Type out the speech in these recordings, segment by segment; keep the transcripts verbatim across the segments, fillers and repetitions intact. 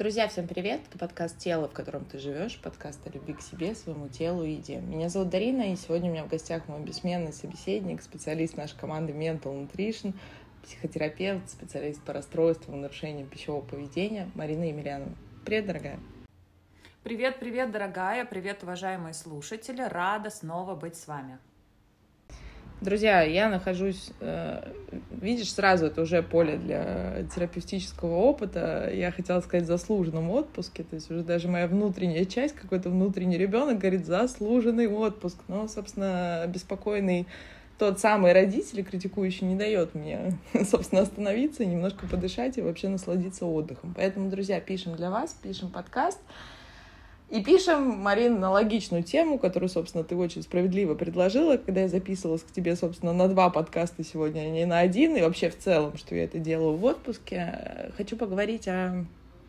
Друзья, всем привет! Это подкаст «Тело, в котором ты живешь», подкаст о любви к себе, своему телу и еде. Меня зовут Дарина, и сегодня у меня в гостях мой бессменный собеседник, специалист нашей команды Mental Nutrition, психотерапевт, специалист по расстройствам и нарушениям пищевого поведения Марина Емельянова. Привет, дорогая! Привет, привет, дорогая! Привет, уважаемые слушатели! Рада снова быть с вами. Друзья, я нахожусь, э, видишь, сразу это уже поле для терапевтического опыта. Я хотела сказать в заслуженном отпуске, то есть уже даже моя внутренняя часть, какой-то внутренний ребенок говорит заслуженный отпуск. Но, собственно, беспокойный тот самый родитель, критикующий, не дает мне, собственно, остановиться, немножко подышать и вообще насладиться отдыхом. Поэтому, друзья, пишем для вас, пишем подкаст. И пишем, Марин, на логичную тему, которую, собственно, ты очень справедливо предложила, когда я записывалась к тебе, собственно, на два подкаста сегодня, а не на один, и вообще в целом, что я это делаю в отпуске. Хочу поговорить о,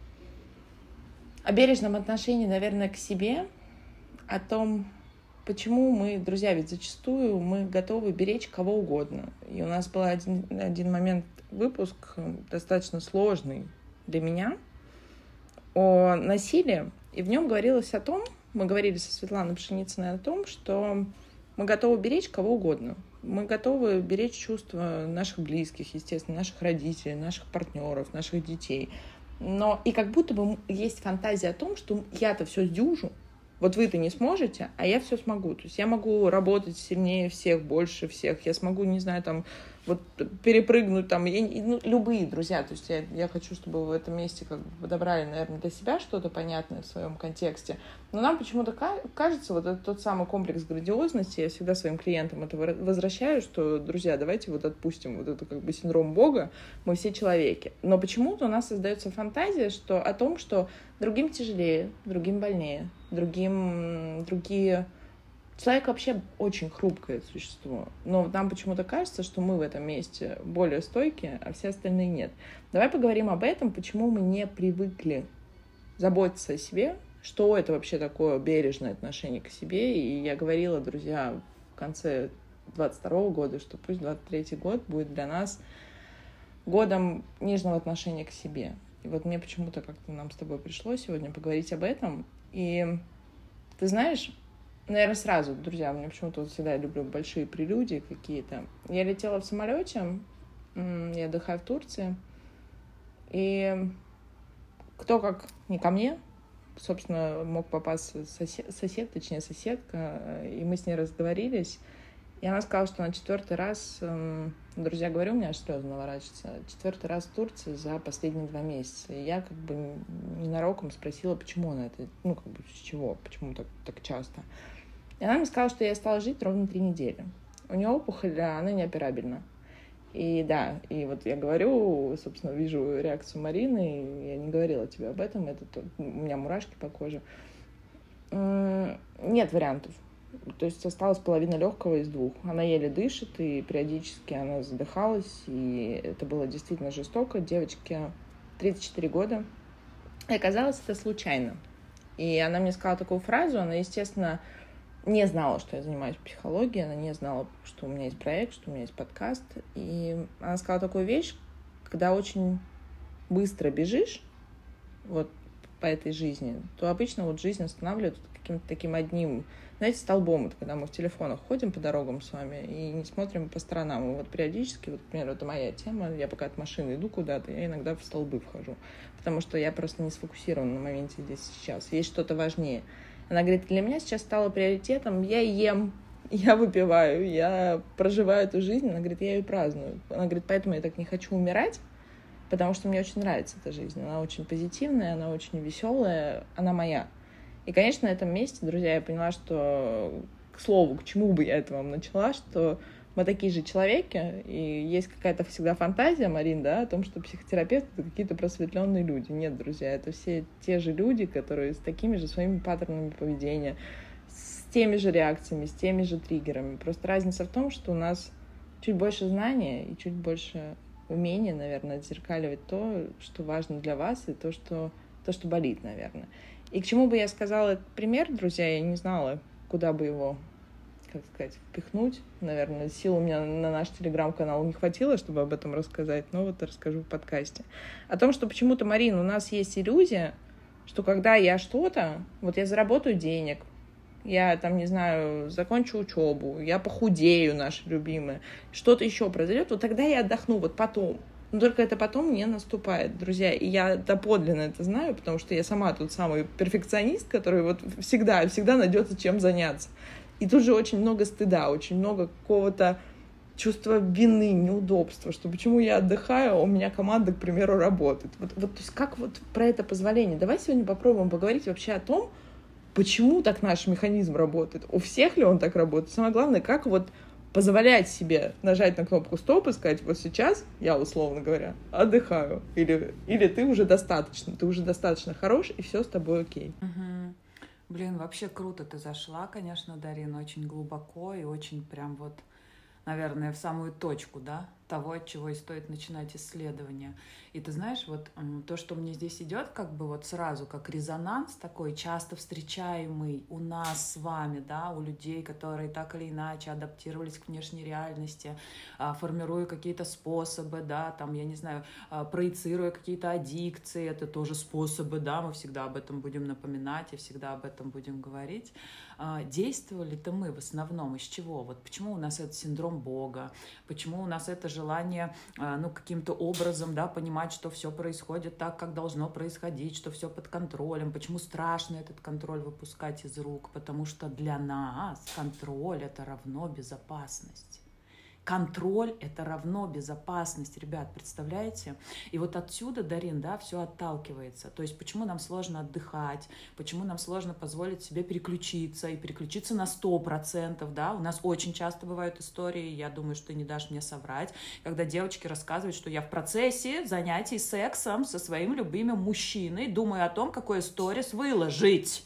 о бережном отношении, наверное, к себе, о том, почему мы, друзья, ведь зачастую мы готовы беречь кого угодно. И у нас был один, один момент, выпуск достаточно сложный для меня, о насилии. И в нем говорилось о том, мы говорили со Светланой Пшеницыной о том, что мы готовы беречь кого угодно. Мы готовы беречь чувства наших близких, естественно, наших родителей, наших партнеров, наших детей. Но и как будто бы есть фантазия о том, что я-то все сдюжу, вот вы-то не сможете, а я все смогу. То есть я могу работать сильнее всех, больше всех. Я смогу, не знаю, там, вот перепрыгнуть там, я, ну, любые, друзья. То есть я, я хочу, чтобы вы в этом месте как бы подобрали, наверное, для себя что-то понятное в своем контексте. Но нам почему-то кажется, вот этот тот самый комплекс грандиозности, я всегда своим клиентам это возвращаю, что, друзья, давайте вот отпустим вот это как бы синдром Бога, мы все человеки. Но почему-то у нас создается фантазия, что о том, что другим тяжелее, другим больнее, другим, другие... Человек вообще очень хрупкое существо, но нам почему-то кажется, что мы в этом месте более стойкие, а все остальные нет. Давай поговорим об этом, почему мы не привыкли заботиться о себе, что это вообще такое бережное отношение к себе. И я говорила, друзья, в конце двадцать второго года, что пусть двадцать третий год будет для нас годом нежного отношения к себе. И вот мне почему-то как-то нам с тобой пришлось сегодня поговорить об этом. И ты знаешь, наверное, сразу, друзья, мне почему-то вот всегда я люблю большие прелюдии какие-то. Я летела в самолете, я отдыхаю в Турции, и кто как не ко мне, собственно, мог попасться сосед, сосед, точнее соседка, и мы с ней разговорились. И она сказала, что на четвертый раз, друзья, говорю, у меня аж слезы наворачиваются, четвертый раз в Турции за последние два месяца. И я как бы ненароком спросила, почему она это, ну, как бы с чего, почему так, так часто. И она мне сказала, что я стала жить ровно три недели. У нее опухоль, она неоперабельна. И да, и вот я говорю, собственно, вижу реакцию Марины, я не говорила тебе об этом, это у меня мурашки по коже. Нет вариантов. То есть осталась половина легкого из двух. Она еле дышит, и периодически она задыхалась, и это было действительно жестоко. Девочке тридцать четыре года. И оказалось, это случайно. И она мне сказала такую фразу, она, естественно, не знала, что я занимаюсь психологией, она не знала, что у меня есть проект, что у меня есть подкаст. И она сказала такую вещь, когда очень быстро бежишь вот по этой жизни, то обычно вот жизнь останавливает каким-то таким одним, знаете, столбом. Это когда мы в телефонах ходим по дорогам с вами и не смотрим по сторонам. И вот периодически, вот, например, это моя тема, я пока от машины иду куда-то, я иногда в столбы вхожу, потому что я просто не сфокусирована на моменте здесь и сейчас. Есть что-то важнее. Она говорит, для меня сейчас стало приоритетом, я ем, я выпиваю, я проживаю эту жизнь. Она говорит, я ее праздную. Она говорит, поэтому я так не хочу умирать, потому что мне очень нравится эта жизнь. Она очень позитивная, она очень веселая, она моя. И, конечно, на этом месте, друзья, я поняла, что, к слову, к чему бы я это вам начала, что мы такие же человеки, и есть какая-то всегда фантазия, Марин, да, о том, что психотерапевты — это какие-то просветленные люди. Нет, друзья, это все те же люди, которые с такими же своими паттернами поведения, с теми же реакциями, с теми же триггерами. Просто разница в том, что у нас чуть больше знания и чуть больше умения, наверное, отзеркаливать то, что важно для вас, и то, что, то, что болит, наверное. И к чему бы я сказала этот пример, друзья, я не знала, куда бы его, как сказать, впихнуть. Наверное, сил у меня на наш телеграм-канал не хватило, чтобы об этом рассказать, но вот расскажу в подкасте. О том, что почему-то, Марин, у нас есть иллюзия, что когда я что-то, вот я заработаю денег, я там, не знаю, закончу учебу, я похудею, наши любимые, что-то еще произойдет, вот тогда я отдохну, вот потом. Но только это потом не наступает, друзья. И я доподлинно это знаю, потому что я сама тот самый перфекционист, который вот всегда, всегда найдется чем заняться. И тут же очень много стыда, очень много какого-то чувства вины, неудобства, что почему я отдыхаю, а у меня команда, к примеру, работает. Вот, вот то есть как вот про это позволение? Давай сегодня попробуем поговорить вообще о том, почему так наш механизм работает. У всех ли он так работает? Самое главное, как вот позволять себе нажать на кнопку стоп и сказать, вот сейчас я, условно говоря, отдыхаю. Или, или ты уже достаточно, ты уже достаточно хорош, и все с тобой окей. Угу. Блин, вообще круто ты зашла, конечно, Дарина, очень глубоко и очень прям вот, наверное, в самую точку, да, того, от чего и стоит начинать исследование. И ты знаешь, вот то, что мне здесь идет, как бы вот сразу, как резонанс такой, часто встречаемый у нас с вами, да, у людей, которые так или иначе адаптировались к внешней реальности, формируя какие-то способы, да, там, я не знаю, проецируя какие-то аддикции, это тоже способы, да, мы всегда об этом будем напоминать и всегда об этом будем говорить. Действовали-то мы в основном из чего? Вот почему у нас это синдром Бога, почему у нас это желание, ну, каким-то образом, да, понимать, что все происходит так, как должно происходить, что все под контролем, почему страшно этот контроль выпускать из рук, потому что для нас контроль — это равно безопасность. Контроль — это равно безопасность, ребят, представляете? И вот отсюда, Дарин, да, все отталкивается. То есть почему нам сложно отдыхать, почему нам сложно позволить себе переключиться и переключиться на сто процентов, да? У нас очень часто бывают истории, я думаю, что ты не дашь мне соврать, когда девочки рассказывают, что я в процессе занятий сексом со своим любимым мужчиной думаю о том, какой сторис выложить.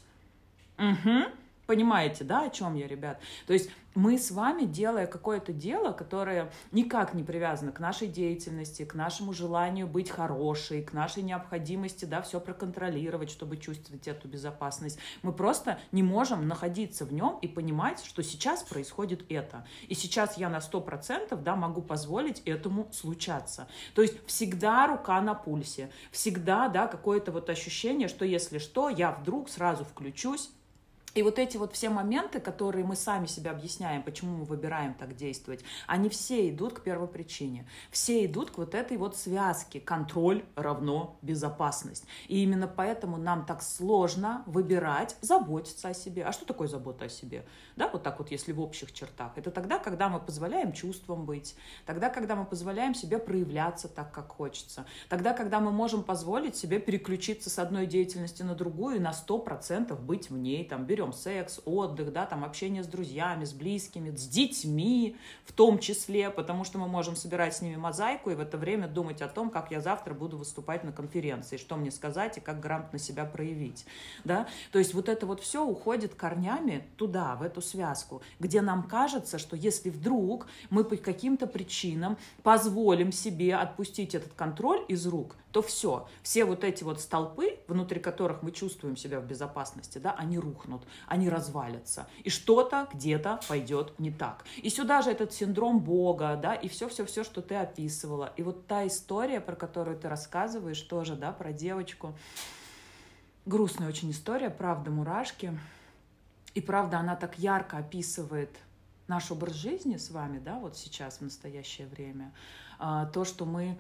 Угу. Понимаете, да, о чем я, ребят? То есть мы с вами, делая какое-то дело, которое никак не привязано к нашей деятельности, к нашему желанию быть хорошей, к нашей необходимости, да, все проконтролировать, чтобы чувствовать эту безопасность, мы просто не можем находиться в нем и понимать, что сейчас происходит это. И сейчас я на сто процентов, да, могу позволить этому случаться. То есть всегда рука на пульсе, всегда, да, какое-то вот ощущение, что если что, я вдруг сразу включусь. И вот эти вот все моменты, которые мы сами себе объясняем, почему мы выбираем так действовать, они все идут к первопричине. Все идут к вот этой вот связке. Контроль равно безопасность. И именно поэтому нам так сложно выбирать, заботиться о себе. А что такое забота о себе? Да, вот так вот, если в общих чертах. Это тогда, когда мы позволяем чувствам быть. Тогда, когда мы позволяем себе проявляться так, как хочется. Тогда, когда мы можем позволить себе переключиться с одной деятельности на другую и на сто процентов быть в ней. Там, берем секс, отдых, да, там общение с друзьями, с близкими, с детьми в том числе, потому что мы можем собирать с ними мозаику и в это время думать о том, как я завтра буду выступать на конференции, что мне сказать и как грамотно себя проявить, да. То есть вот это вот все уходит корнями туда, в эту связку, где нам кажется, что если вдруг мы по каким-то причинам позволим себе отпустить этот контроль из рук, то все, все вот эти вот столпы, внутри которых мы чувствуем себя в безопасности, да, они рухнут, они развалятся, и что-то где-то пойдет не так. И сюда же этот синдром Бога, да, и все-все-все, что ты описывала. И вот та история, про которую ты рассказываешь, тоже, да, про девочку, грустная очень история, правда, мурашки. И правда, она так ярко описывает наш образ жизни с вами, да, вот сейчас, в настоящее время. То, что мы...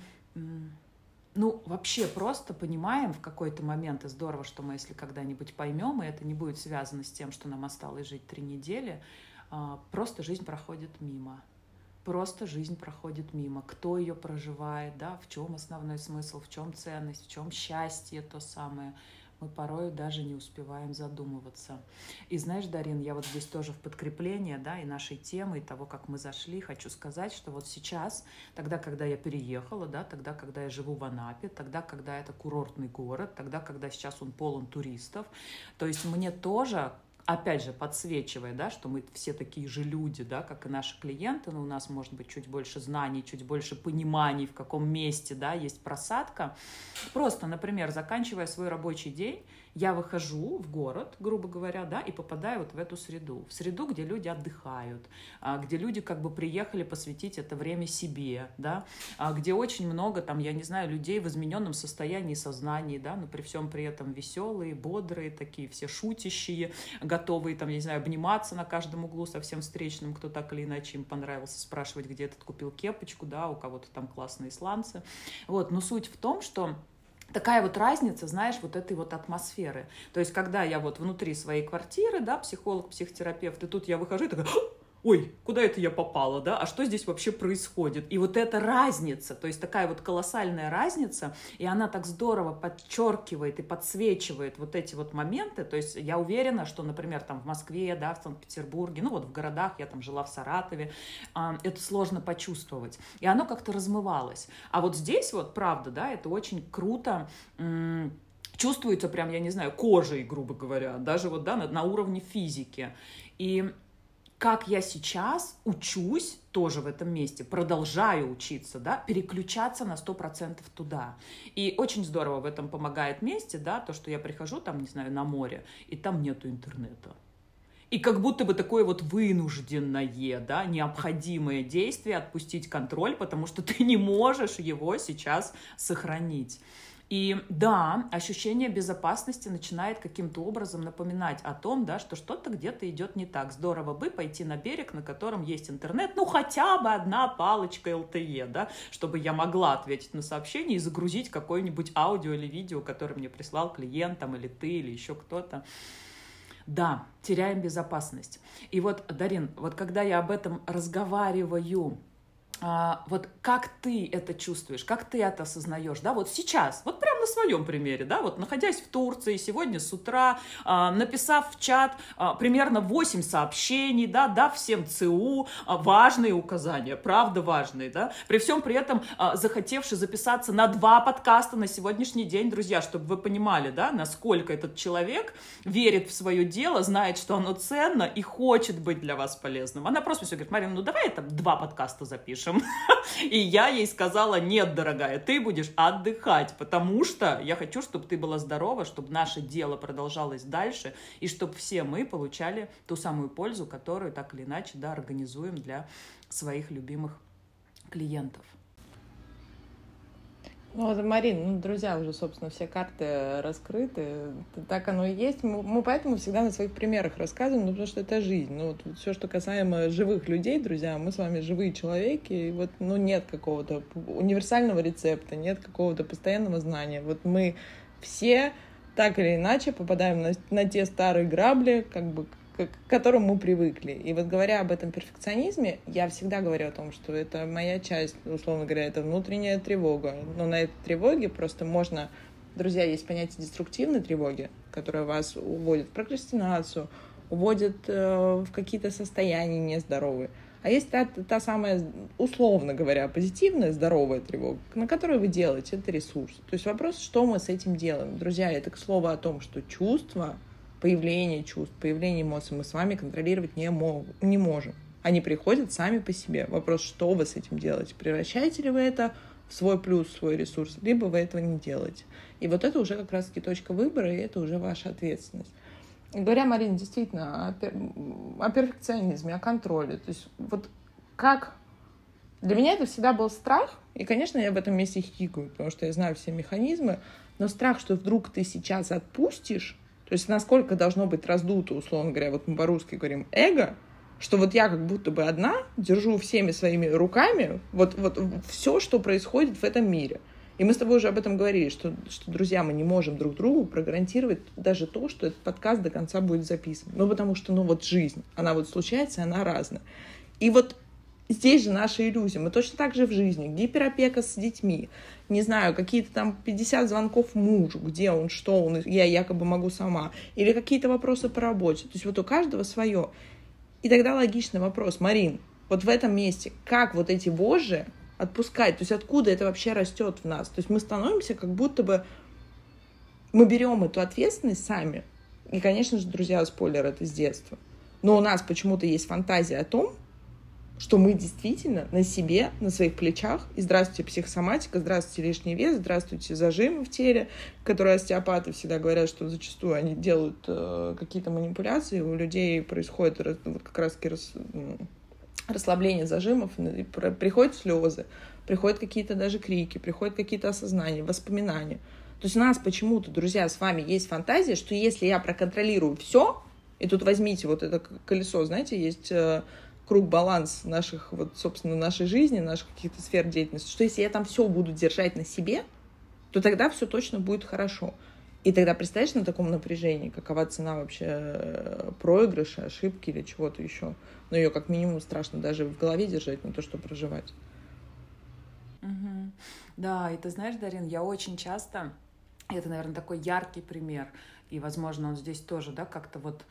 Ну, вообще просто понимаем в какой-то момент, и здорово, что мы, если когда-нибудь поймем, и это не будет связано с тем, что нам осталось жить три недели, просто жизнь проходит мимо. Просто жизнь проходит мимо. Кто ее проживает, да, в чем основной смысл, в чем ценность, в чем счастье то самое. Мы порой даже не успеваем задумываться. И знаешь, Дарин, я вот здесь тоже в подкрепление, да, и нашей темы, и того, как мы зашли, хочу сказать, что вот сейчас, тогда, когда я переехала, да, тогда, когда я живу в Анапе, тогда, когда это курортный город, тогда, когда сейчас он полон туристов, то есть мне тоже... Опять же, подсвечивая, да, что мы все такие же люди, да, как и наши клиенты, но у нас может быть чуть больше знаний, чуть больше пониманий, в каком месте, да, есть просадка. Просто, например, заканчивая свой рабочий день, я выхожу в город, грубо говоря, да, и попадаю вот в эту среду. В среду, где люди отдыхают, где люди как бы приехали посвятить это время себе, да, где очень много там, я не знаю, людей в измененном состоянии сознания, да, но при всем при этом веселые, бодрые, такие все шутящие, готовые там, я не знаю, обниматься на каждом углу со всем встречным, кто так или иначе им понравился, спрашивать, где этот купил кепочку, да, у кого-то там классные сланцы. Вот, но суть в том, что такая вот разница, знаешь, вот этой вот атмосферы. То есть, когда я вот внутри своей квартиры, да, психолог, психотерапевт, и тут я выхожу и такая: ой, куда это я попала, да, а что здесь вообще происходит? И вот эта разница, то есть такая вот колоссальная разница, и она так здорово подчеркивает и подсвечивает вот эти вот моменты, то есть я уверена, что, например, там в Москве, да, в Санкт-Петербурге, ну вот в городах, я там жила в Саратове, это сложно почувствовать, и оно как-то размывалось. А вот здесь вот, правда, да, это очень круто, чувствуется прям, я не знаю, кожей, грубо говоря, даже вот, да, на, на уровне физики. И как я сейчас учусь тоже в этом месте, продолжаю учиться, да, переключаться на сто процентов туда. И очень здорово в этом помогает месте, да, то, что я прихожу там, не знаю, на море, и там нету интернета. И как будто бы такое вот вынужденное, да, необходимое действие отпустить контроль, потому что ты не можешь его сейчас сохранить. И да, ощущение безопасности начинает каким-то образом напоминать о том, да, что что-то где-то идет не так. Здорово бы пойти на берег, на котором есть интернет, ну хотя бы одна палочка эл тэ е, да, чтобы я могла ответить на сообщение и загрузить какое-нибудь аудио или видео, которое мне прислал клиент там, или ты, или еще кто-то. Да, теряем безопасность. И вот, Дарин, вот когда я об этом разговариваю, А, вот как ты это чувствуешь, как ты это осознаешь, да, вот сейчас, вот прямо на своем примере, да, вот находясь в Турции сегодня с утра, а, написав в чат а, примерно восемь сообщений, да, дав всем ЦУ а, важные указания, правда важные, да, при всем при этом а, захотевши записаться на два подкаста на сегодняшний день, друзья, чтобы вы понимали, да, насколько этот человек верит в свое дело, знает, что оно ценно и хочет быть для вас полезным. Она просто все говорит: Марина, ну давай это два подкаста запишем. И я ей сказала: нет, дорогая, ты будешь отдыхать, потому что я хочу, чтобы ты была здорова, чтобы наше дело продолжалось дальше, и чтобы все мы получали ту самую пользу, которую так или иначе, да, организуем для своих любимых клиентов. Ну, вот, Марин, ну, друзья, уже, собственно, все карты раскрыты, так оно и есть. Мы, мы поэтому всегда на своих примерах рассказываем, ну, потому что это жизнь. Ну, вот все, что касаемо живых людей, друзья, мы с вами живые человеки, и вот, ну, нет какого-то универсального рецепта, нет какого-то постоянного знания. Вот мы все так или иначе попадаем на, на те старые грабли, как бы, к которым мы привыкли. И вот говоря об этом перфекционизме, я всегда говорю о том, что это моя часть, условно говоря, это внутренняя тревога. Но на этой тревоге просто можно... Друзья, есть понятие деструктивной тревоги, которая вас уводит в прокрастинацию, уводит э, в какие-то состояния нездоровые. А есть та, та самая, условно говоря, позитивная, здоровая тревога, на которую вы делаете, это ресурс. То есть вопрос, что мы с этим делаем. Друзья, это к слову о том, что чувства, появление чувств, появление эмоций мы с вами контролировать не, мог, не можем. Они приходят сами по себе. Вопрос, что вы с этим делаете? Превращаете ли вы это в свой плюс, в свой ресурс, либо вы этого не делаете. И вот это уже как раз-таки точка выбора, и это уже ваша ответственность. И говоря, Марина, действительно, о, пер... о перфекционизме, о контроле. То есть вот как... Для меня это всегда был страх, и, конечно, я в этом месте хихикаю, потому что я знаю все механизмы, но страх, что вдруг ты сейчас отпустишь. То есть насколько должно быть раздуто, условно говоря, вот мы по-русски говорим эго, что вот я как будто бы одна держу всеми своими руками вот, вот все, что происходит в этом мире. И мы с тобой уже об этом говорили, что, что, друзья, мы не можем друг другу прогарантировать даже то, что этот подкаст до конца будет записан. Ну, потому что, ну, вот жизнь, она вот случается, она разная. И вот здесь же наша иллюзия. Мы точно так же в жизни. Гиперопека с детьми. Не знаю, какие-то там пятьдесят звонков мужу, где он, что он, я якобы могу сама. Или какие-то вопросы по работе. То есть вот у каждого свое. И тогда логичный вопрос. Марин, вот в этом месте, как вот эти вожжи отпускать? То есть откуда это вообще растет в нас? То есть мы становимся как будто бы... Мы берем эту ответственность сами. И, конечно же, друзья, спойлер, это с детства. Но у нас почему-то есть фантазия о том, что мы действительно на себе, на своих плечах, и здравствуйте психосоматика, здравствуйте лишний вес, здравствуйте зажимы в теле, которые остеопаты всегда говорят, что зачастую они делают э, какие-то манипуляции, у людей происходит вот как раз-таки рас, расслабление зажимов, приходят слезы, приходят какие-то даже крики, приходят какие-то осознания, воспоминания. То есть у нас почему-то, друзья, с вами есть фантазия, что если я проконтролирую все, и тут возьмите вот это колесо, знаете, есть э, круг баланс наших, вот, собственно, нашей жизни, наших каких-то сфер деятельности, что если я там все буду держать на себе, то тогда все точно будет хорошо. И тогда представляешь на таком напряжении, какова цена вообще проигрыша, ошибки или чего-то еще. Но ее как минимум страшно даже в голове держать, не то что проживать. Угу. Да, и ты знаешь, Дарин, я очень часто, это, наверное, такой яркий пример, и, возможно, он здесь тоже, да, как-то вот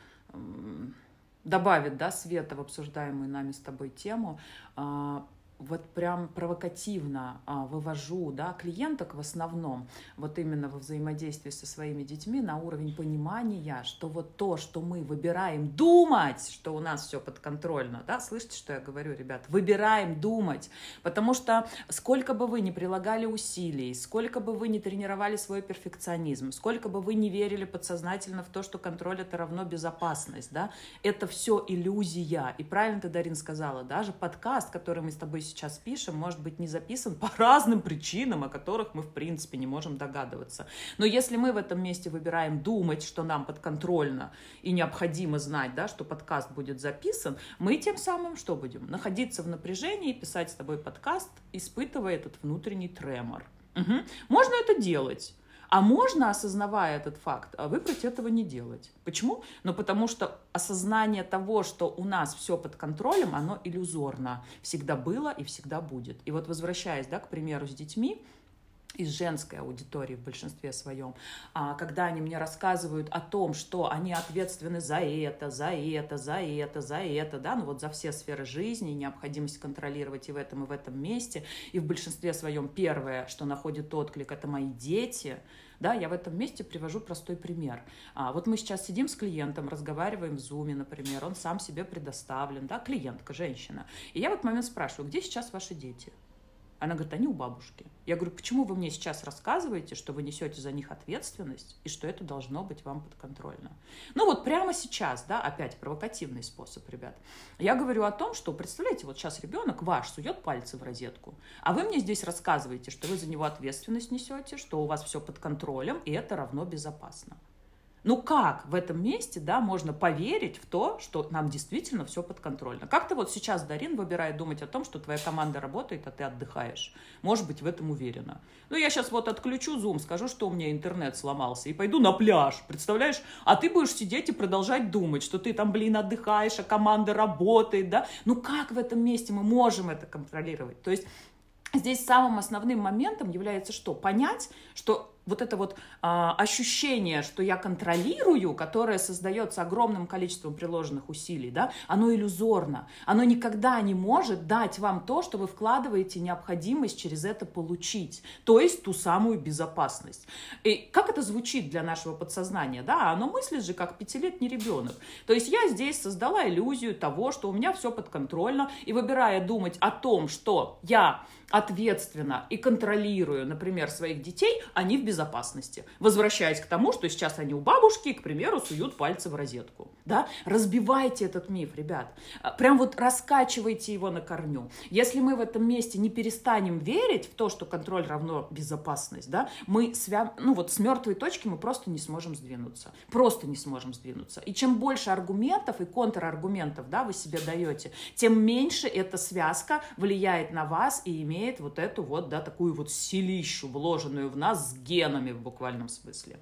м- добавит, да, света в обсуждаемую нами с тобой тему. А, вот прям провокативно а, вывожу, да, клиенток в основном, вот именно во взаимодействии со своими детьми на уровень понимания, что вот то, что мы выбираем думать, что у нас все подконтрольно, да, слышите, что я говорю, ребят, выбираем думать, потому что сколько бы вы ни прилагали усилий, сколько бы вы ни тренировали свой перфекционизм, сколько бы вы не верили подсознательно в то, что контроль это равно безопасность, да, это все иллюзия, и правильно ты, Дарин, сказала, даже подкаст, который мы с тобой сейчас пишем, может быть не записан по разным причинам, о которых мы в принципе не можем догадываться. Но если мы в этом месте выбираем думать, что нам подконтрольно и необходимо знать, да, что подкаст будет записан, мы тем самым что будем? Находиться в напряжении, писать с тобой подкаст, испытывая этот внутренний тремор. Угу. Можно это делать. А можно, осознавая этот факт, выбрать этого не делать. Почему? Ну, потому что осознание того, что у нас все под контролем, оно иллюзорно. Всегда было и всегда будет. И вот возвращаясь, да, к примеру, с детьми, из женской аудитории в большинстве своем, когда они мне рассказывают о том, что они ответственны за это, за это, за это, за это, да, ну вот за все сферы жизни, необходимость контролировать и в этом, и в этом месте, и в большинстве своем первое, что находит отклик, это мои дети, да, я в этом месте привожу простой пример. А, вот мы сейчас сидим с клиентом, разговариваем в зуме, например, он сам себе предоставлен, да, клиентка, женщина, и я в этот момент спрашиваю, где сейчас ваши дети? Она говорит, они у бабушки. Я говорю, почему вы мне сейчас рассказываете, что вы несете за них ответственность и что это должно быть вам подконтрольно? Ну вот прямо сейчас, да, опять провокативный способ, ребят. Я говорю о том, что, представляете, вот сейчас ребенок ваш сует пальцы в розетку, а вы мне здесь рассказываете, что вы за него ответственность несете, что у вас все под контролем, и это равно безопасно. Ну как в этом месте, да, можно поверить в то, что нам действительно все подконтрольно? Как ты вот сейчас, Дарин, выбирая думать о том, что твоя команда работает, а ты отдыхаешь? Может быть, в этом уверена. Ну, я сейчас вот отключу Zoom, скажу, что у меня интернет сломался, и пойду на пляж, представляешь? А ты будешь сидеть и продолжать думать, что ты там, блин, отдыхаешь, а команда работает, да? Ну как в этом месте мы можем это контролировать? То есть здесь самым основным моментом является что? Понять, что вот это вот а, ощущение, что я контролирую, которое создается огромным количеством приложенных усилий, да, оно иллюзорно. Оно никогда не может дать вам то, что вы вкладываете необходимость через это получить, то есть ту самую безопасность. И как это звучит для нашего подсознания? Да, оно мыслит же как пятилетний ребенок. То есть я здесь создала иллюзию того, что у меня все подконтрольно, и выбирая думать о том, что я ответственно и контролирую, например, своих детей, они в безопасности. Возвращаясь к тому, что сейчас они у бабушки, к примеру, суют пальцы в розетку. Да? Разбивайте этот миф, ребят. Прям вот раскачивайте его на корню. Если мы в этом месте не перестанем верить в то, что контроль равно безопасность, да, мы свя... ну вот с мертвой точки мы просто не сможем сдвинуться. Просто не сможем сдвинуться. И чем больше аргументов и контраргументов, да, вы себе даете, тем меньше эта связка влияет на вас и имеет вот эту вот, да, такую вот силищу, вложенную в нас с генами в буквальном смысле.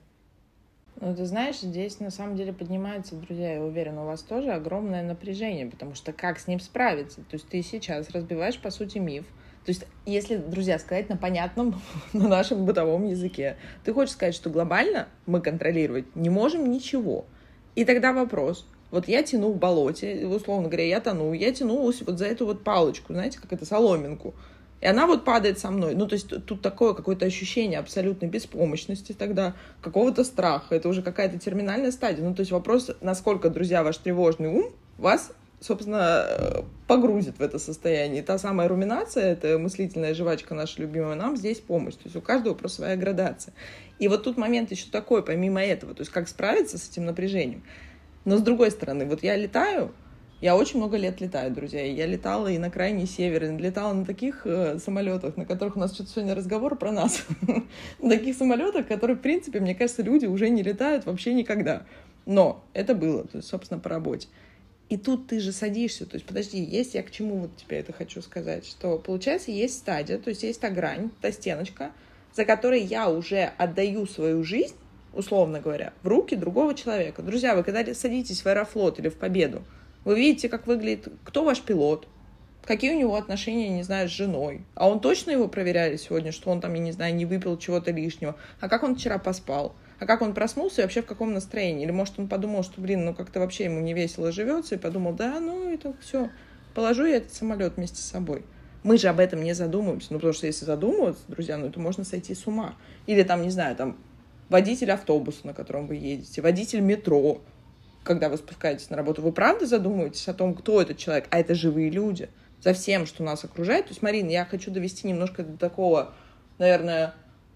Ну, ты знаешь, здесь на самом деле поднимается, друзья, я уверена, у вас тоже огромное напряжение, потому что как с ним справиться? То есть ты сейчас разбиваешь, по сути, миф. То есть если, друзья, сказать на понятном, на нашем бытовом языке, ты хочешь сказать, что глобально мы контролировать не можем ничего. И тогда вопрос. Вот я тяну в болоте, условно говоря, я тону, я тянулась вот за эту вот палочку, знаете, как это, соломинку. И она вот падает со мной. Ну, то есть тут такое какое-то ощущение абсолютной беспомощности тогда, какого-то страха. Это уже какая-то терминальная стадия. Ну, то есть вопрос, насколько, друзья, ваш тревожный ум вас собственно, погрузит в это состояние. И та самая руминация, это мыслительная жвачка наша любимая, нам здесь помощь. То есть у каждого просто своя градация. И вот тут момент еще такой, помимо этого, то есть как справиться с этим напряжением. Но с другой стороны, вот я летаю, я очень много лет летаю, друзья. Я летала и на крайний север, и летала на таких э, самолетах, на которых у нас что-то сегодня разговор про нас. На таких самолетах, которые, в принципе, мне кажется, люди уже не летают вообще никогда. Но это было, то есть, собственно, по работе. И тут ты же садишься, то есть, подожди, есть, я к чему вот тебе это хочу сказать, что, получается, есть стадия, то есть есть та грань, та стеночка, за которой я уже отдаю свою жизнь, условно говоря, в руки другого человека. Друзья, вы когда садитесь в Аэрофлот или в Победу, вы видите, как выглядит, кто ваш пилот, какие у него отношения, не знаю, с женой. А он точно его проверяли сегодня, что он там, я не знаю, не выпил чего-то лишнего. А как он вчера поспал? А как он проснулся и вообще в каком настроении? Или, может, он подумал, что, блин, ну как-то вообще ему не весело живется, и подумал, да, ну это все, положу я этот самолет вместе с собой. Мы же об этом не задумываемся. Ну, потому что если задумываться, друзья, ну это можно сойти с ума. Или там, не знаю, там водитель автобуса, на котором вы едете, водитель метро, когда вы спускаетесь на работу, вы правда задумываетесь о том, кто этот человек? А это живые люди. За всем, что нас окружает. То есть, Марина, я хочу довести немножко до такого, наверное,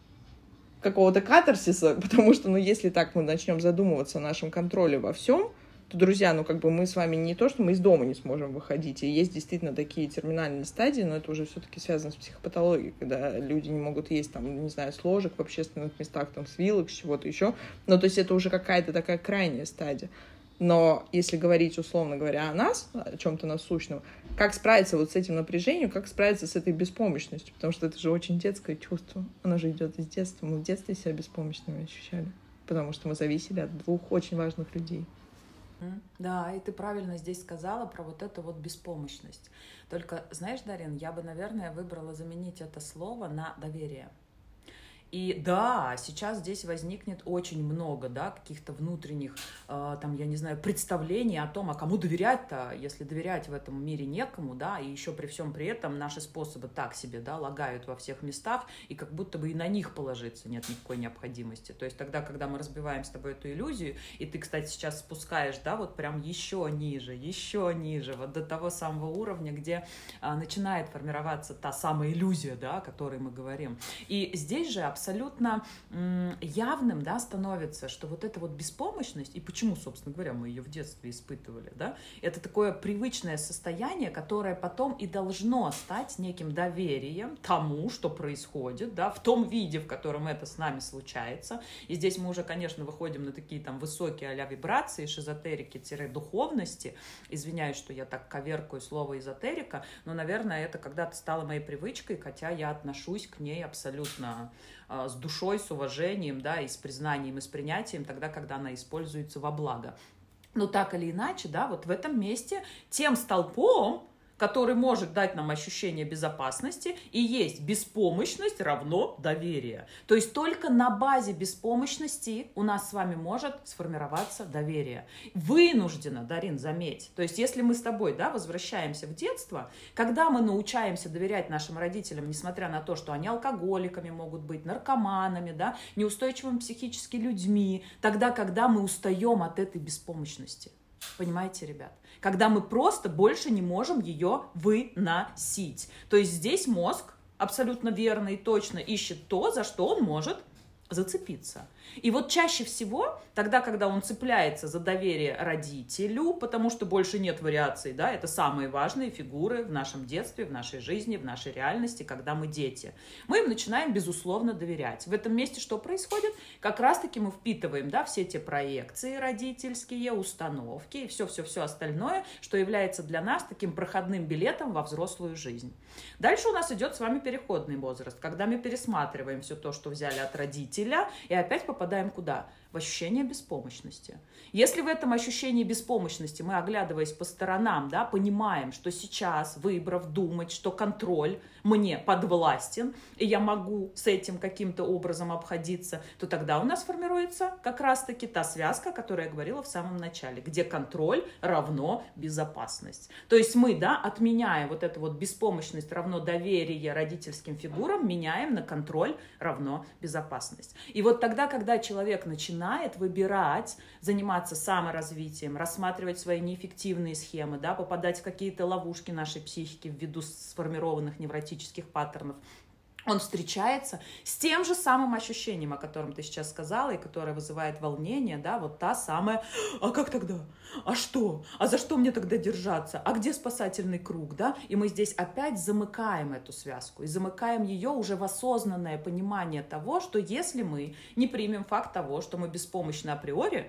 какого-то катарсиса, потому что, ну, если так мы начнем задумываться о нашем контроле во всем, то, друзья, ну, как бы мы с вами не то, что мы из дома не сможем выходить. И есть действительно такие терминальные стадии, но это уже все-таки связано с психопатологией, когда люди не могут есть, там, не знаю, с ложек в общественных местах, там, с вилок, с чего-то еще. Ну, то есть это уже какая-то такая крайняя стадия. Но если говорить, условно говоря, о нас, о чем-то насущном, как справиться вот с этим напряжением, как справиться с этой беспомощностью? Потому что это же очень детское чувство. Оно же идет из детства. Мы в детстве себя беспомощными ощущали, потому что мы зависели от двух очень важных людей. Да, и ты правильно здесь сказала про вот эту вот беспомощность. Только, знаешь, Дарин, я бы, наверное, выбрала заменить это слово на доверие. И да, сейчас здесь возникнет очень много, да, каких-то внутренних, э, там, я не знаю, представлений о том, а кому доверять-то, если доверять в этом мире некому, да, и еще при всем при этом наши способы так себе, да, лагают во всех местах, и как будто бы и на них положиться нет никакой необходимости. То есть тогда, когда мы разбиваем с тобой эту иллюзию, и ты, кстати, сейчас спускаешь, да, вот прям еще ниже, еще ниже, вот до того самого уровня, где а, начинает формироваться та самая иллюзия, да, о которой мы говорим. И здесь же абсолютно абсолютно явным, да, становится, что вот эта вот беспомощность, и почему, собственно говоря, мы ее в детстве испытывали, да, это такое привычное состояние, которое потом и должно стать неким доверием тому, что происходит, да, в том виде, в котором это с нами случается. И здесь мы уже, конечно, выходим на такие там высокие а-ля вибрации, шизотерики-духовности. Извиняюсь, что я так коверкаю слово эзотерика, но, наверное, это когда-то стало моей привычкой, хотя я отношусь к ней абсолютно с душой, с уважением, да, и с признанием, и с принятием, тогда, когда она используется во благо. Но так или иначе, да, вот в этом месте тем столпом, который может дать нам ощущение безопасности, и есть беспомощность равно доверие. То есть только на базе беспомощности у нас с вами может сформироваться доверие. Вынужденно, Дарин, заметь. То есть если мы с тобой, да, возвращаемся в детство, когда мы научаемся доверять нашим родителям, несмотря на то, что они алкоголиками могут быть, наркоманами, да, неустойчивыми психически людьми, тогда, когда мы устаем от этой беспомощности. Понимаете, ребят? Когда мы просто больше не можем ее выносить. То есть здесь мозг абсолютно верно и точно ищет то, за что он может зацепиться. И вот чаще всего, тогда, когда он цепляется за доверие родителю, потому что больше нет вариаций, да, это самые важные фигуры в нашем детстве, в нашей жизни, в нашей реальности, когда мы дети, мы им начинаем, безусловно, доверять. В этом месте что происходит? Как раз-таки мы впитываем, да, все те проекции родительские, установки и все-все-все остальное, что является для нас таким проходным билетом во взрослую жизнь. Дальше у нас идет с вами переходный возраст, когда мы пересматриваем все то, что взяли от родителя, и опять попадаем куда? В ощущение беспомощности. Если в этом ощущении беспомощности мы, оглядываясь по сторонам, да, понимаем, что сейчас, выбрав думать, что контроль мне подвластен, и я могу с этим каким-то образом обходиться, то тогда у нас формируется как раз-таки та связка, о которой я говорила в самом начале, где контроль равно безопасность. То есть мы, да, отменяем вот эту вот беспомощность равно доверие родительским фигурам, меняем на контроль равно безопасность. И вот тогда, когда человек начинает начинает выбирать, заниматься саморазвитием, рассматривать свои неэффективные схемы, да, попадать в какие-то ловушки нашей психики ввиду сформированных невротических паттернов, он встречается с тем же самым ощущением, о котором ты сейчас сказала, и которое вызывает волнение, да, вот та самая, а как тогда? А что? А за что мне тогда держаться? А где спасательный круг, да? И мы здесь опять замыкаем эту связку, и замыкаем ее уже в осознанное понимание того, что если мы не примем факт того, что мы беспомощны априори,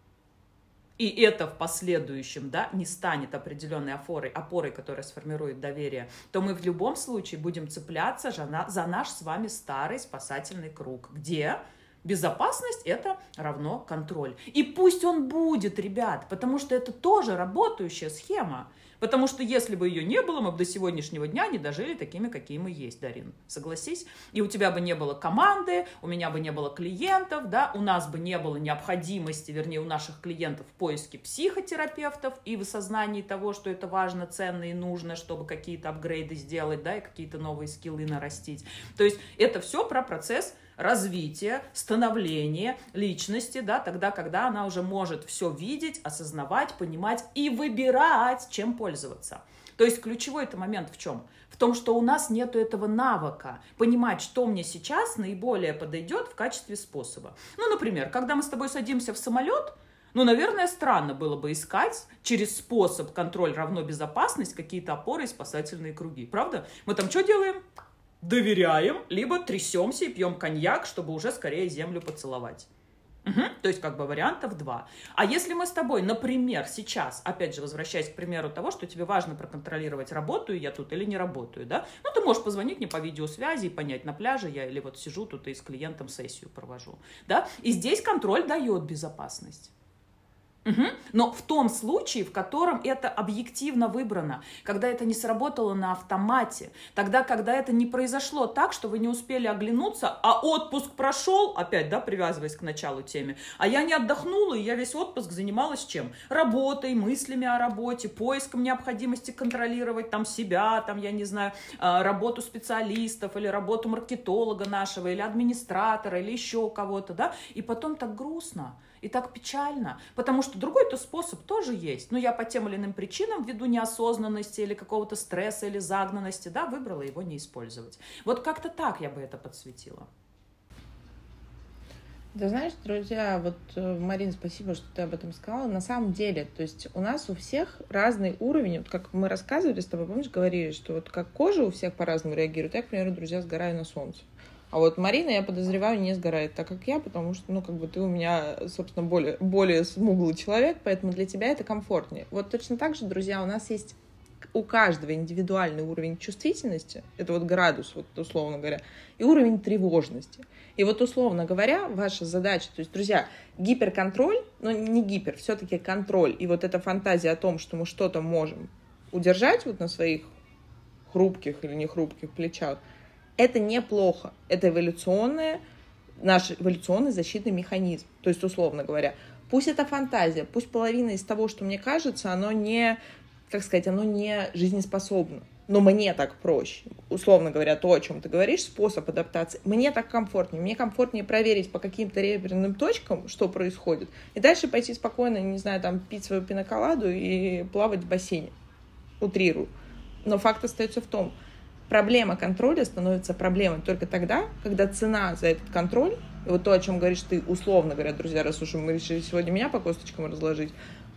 и это в последующем, да, не станет определенной опорой, опорой, которая сформирует доверие, то мы в любом случае будем цепляться за наш с вами старый спасательный круг, где безопасность — это равно контроль. И пусть он будет, ребят, потому что это тоже работающая схема. Потому что если бы ее не было, мы бы до сегодняшнего дня не дожили такими, какие мы есть, Дарин. Согласись? И у тебя бы не было команды, у меня бы не было клиентов, да, у нас бы не было необходимости, вернее, у наших клиентов в поиске психотерапевтов и в осознании того, что это важно, ценно и нужно, чтобы какие-то апгрейды сделать, да, и какие-то новые скиллы нарастить. То есть это все про процесс развития, становления личности, да, тогда, когда она уже может все видеть, осознавать, понимать и выбирать, чем пользоваться. То есть ключевой это момент в чем? В том, что у нас нету этого навыка понимать, что мне сейчас наиболее подойдет в качестве способа. Ну, например, когда мы с тобой садимся в самолет, ну, наверное, странно было бы искать через способ контроль равно безопасность какие-то опоры и спасательные круги. Правда? Мы там что делаем? Доверяем, либо трясемся и пьем коньяк, чтобы уже скорее землю поцеловать. Угу. То есть как бы вариантов два. А если мы с тобой, например, сейчас, опять же, возвращаясь к примеру того, что тебе важно проконтролировать, работаю я тут или не работаю, да, ну ты можешь позвонить мне по видеосвязи и понять, на пляже я или вот сижу тут и с клиентом сессию провожу, да, и здесь контроль дает безопасность. Угу. Но в том случае, в котором это объективно выбрано, когда это не сработало на автомате, тогда, когда это не произошло так, что вы не успели оглянуться, а отпуск прошел, опять, да, привязываясь к началу темы, а я не отдохнула, и я весь отпуск занималась чем? Работой, мыслями о работе, поиском необходимости контролировать там себя, там, я не знаю, работу специалистов, или работу маркетолога нашего, или администратора, или еще кого-то, да, и потом так грустно. И так печально, потому что другой-то способ тоже есть. Но я по тем или иным причинам, ввиду неосознанности или какого-то стресса или загнанности, да, выбрала его не использовать. Вот как-то так я бы это подсветила. Да, знаешь, друзья, вот, Марин, спасибо, что ты об этом сказала. На самом деле, то есть у нас у всех разный уровень. Вот как мы рассказывали с тобой, помнишь, говорили, что вот как кожа у всех по-разному реагирует. Я, к примеру, друзья, сгораю на солнце. А вот Марина, я подозреваю, не сгорает так, как я, потому что, ну, как бы ты у меня, собственно, более, более смуглый человек, поэтому для тебя это комфортнее. Вот точно так же, друзья, у нас есть у каждого индивидуальный уровень чувствительности, это вот градус, вот условно говоря, и уровень тревожности. И вот, условно говоря, ваша задача, то есть, друзья, гиперконтроль, но не гипер, все-таки контроль, и вот эта фантазия о том, что мы что-то можем удержать вот на своих хрупких или не хрупких плечах, это неплохо. Это эволюционное, наш эволюционный защитный механизм. То есть, условно говоря, пусть это фантазия, пусть половина из того, что мне кажется, оно не, как сказать, оно не жизнеспособно. Но мне так проще. Условно говоря, то, о чем ты говоришь, способ адаптации. Мне так комфортнее. Мне комфортнее проверить по каким-то реперным точкам, что происходит, и дальше пойти спокойно, не знаю, там, пить свою пиноколаду и плавать в бассейне. Утрирую. Но факт остается в том, проблема контроля становится проблемой только тогда, когда цена за этот контроль, и вот то, о чем говоришь ты, условно говоря, друзья, раз уж мы решили сегодня меня по косточкам разложить,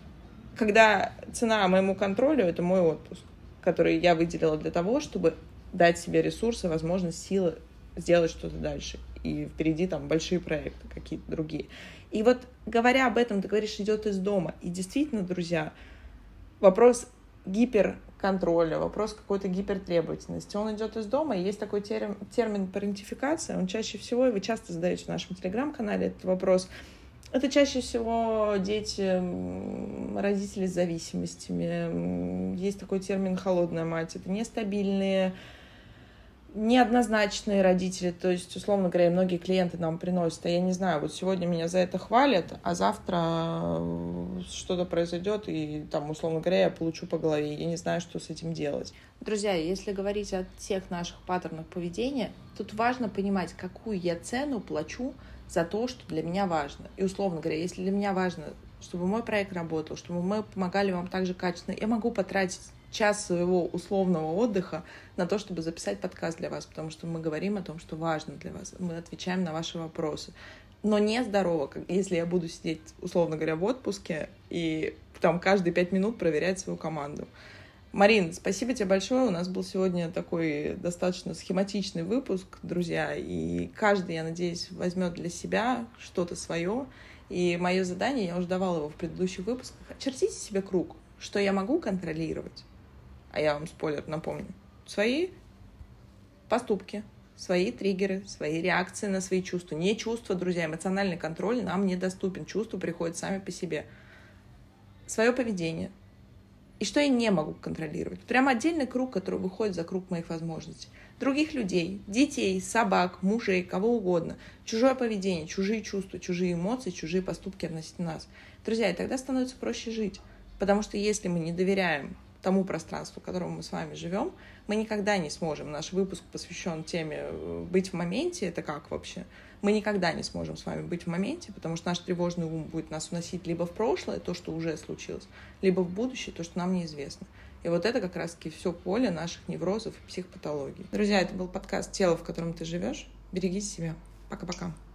когда цена моему контролю — это мой отпуск, который я выделила для того, чтобы дать себе ресурсы, возможность, силы сделать что-то дальше. И впереди там большие проекты какие-то другие. И вот говоря об этом, ты говоришь, идет из дома. И действительно, друзья, вопрос гиперконтроля, вопрос какой-то гипертребовательности, он идет из дома, и есть такой термин, термин парентификация, он чаще всего, и вы часто задаете в нашем телеграм-канале этот вопрос, это чаще всего дети, родители с зависимостями, есть такой термин холодная мать, это нестабильные, неоднозначные родители, то есть, условно говоря, многие клиенты нам приносят, а я не знаю, вот сегодня меня за это хвалят, а завтра что-то произойдет, и там, условно говоря, я получу по голове, я не знаю, что с этим делать. Друзья, если говорить о всех наших паттернах поведения, тут важно понимать, какую я цену плачу за то, что для меня важно. И, условно говоря, если для меня важно, чтобы мой проект работал, чтобы мы помогали вам так же качественно, я могу потратить час своего условного отдыха на то, чтобы записать подкаст для вас, потому что мы говорим о том, что важно для вас, мы отвечаем на ваши вопросы. Но не здорово, если я буду сидеть, условно говоря, в отпуске и там каждые пять минут проверять свою команду. Марин, спасибо тебе большое. У нас был сегодня такой достаточно схематичный выпуск, друзья, и каждый, я надеюсь, возьмет для себя что-то свое. И мое задание, я уже давала его в предыдущих выпусках, очертите себе круг, что я могу контролировать. А я вам спойлер напомню. Свои поступки, свои триггеры, свои реакции на свои чувства. Не чувства, друзья, эмоциональный контроль нам недоступен. Чувства приходят сами по себе. Свое поведение. И что я не могу контролировать. Прям отдельный круг, который выходит за круг моих возможностей. Других людей, детей, собак, мужей, кого угодно. Чужое поведение, чужие чувства, чужие эмоции, чужие поступки относительно нас. Друзья, и тогда становится проще жить. Потому что если мы не доверяем тому пространству, в котором мы с вами живем, мы никогда не сможем. Наш выпуск посвящен теме «Быть в моменте» — это как вообще? Мы никогда не сможем с вами быть в моменте, потому что наш тревожный ум будет нас уносить либо в прошлое, то, что уже случилось, либо в будущее, то, что нам неизвестно. И вот это как раз-таки все поле наших неврозов и психопатологий. Друзья, это был подкаст «Тело, в котором ты живешь». Берегите себя. Пока-пока.